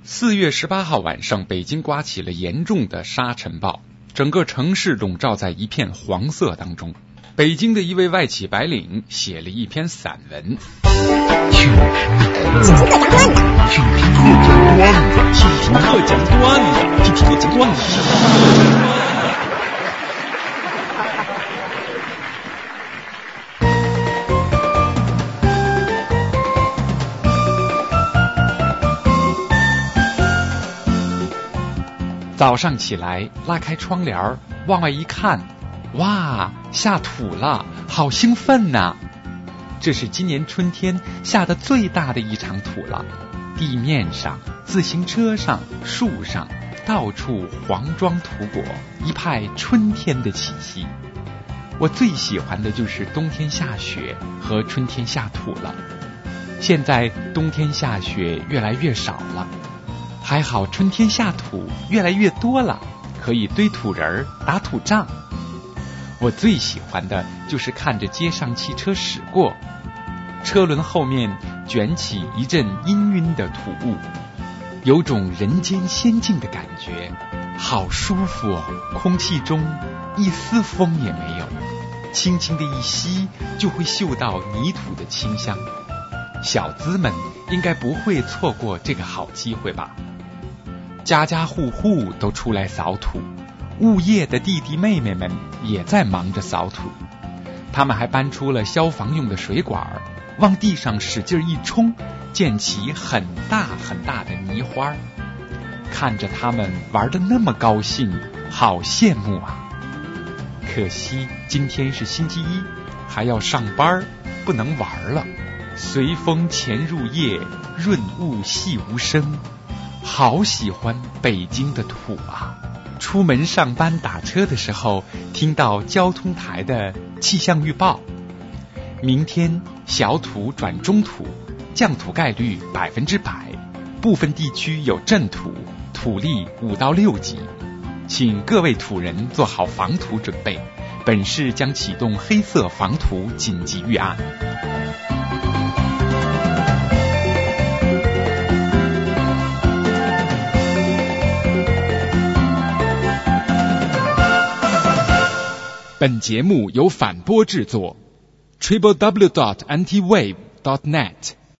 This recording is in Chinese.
4月18号晚上，北京刮起了严重的沙尘暴，整个城市笼罩在一片黄色当中。北京的一位外企白领写了一篇散文。 请听特讲段子。 早上起来，拉开窗帘，往外一看，哇，下土了，好兴奋呐！这是今年春天下的最大的一场土了，地面上、自行车上、树上，到处黄装土裹，一派春天的气息。我最喜欢的就是冬天下雪和春天下土了。现在冬天下雪越来越少了，还好春天下土越来越多了，可以堆土人打土仗。我最喜欢的就是看着街上汽车驶过，车轮后面卷起一阵氤氲的土雾，有种人间仙境的感觉，好舒服哦。空气中一丝风也没有，轻轻的一吸就会嗅到泥土的清香。小资们应该不会错过这个好机会吧？家家户户都出来扫土，物业的弟弟妹妹们也在忙着扫土。他们还搬出了消防用的水管，往地上使劲一冲，溅起很大很大的泥花。看着他们玩得那么高兴，好羡慕啊！可惜今天是星期一，还要上班，不能玩了。随风潜入夜，润物细无声。好喜欢北京的土啊！出门上班打车的时候，听到交通台的气象预报，明天小土转中土，降土概率100%，部分地区有阵土，土力5到6级，请各位土人做好防土准备。本市将启动黑色防土紧急预案。本节目由反播制作 www.antiwave.net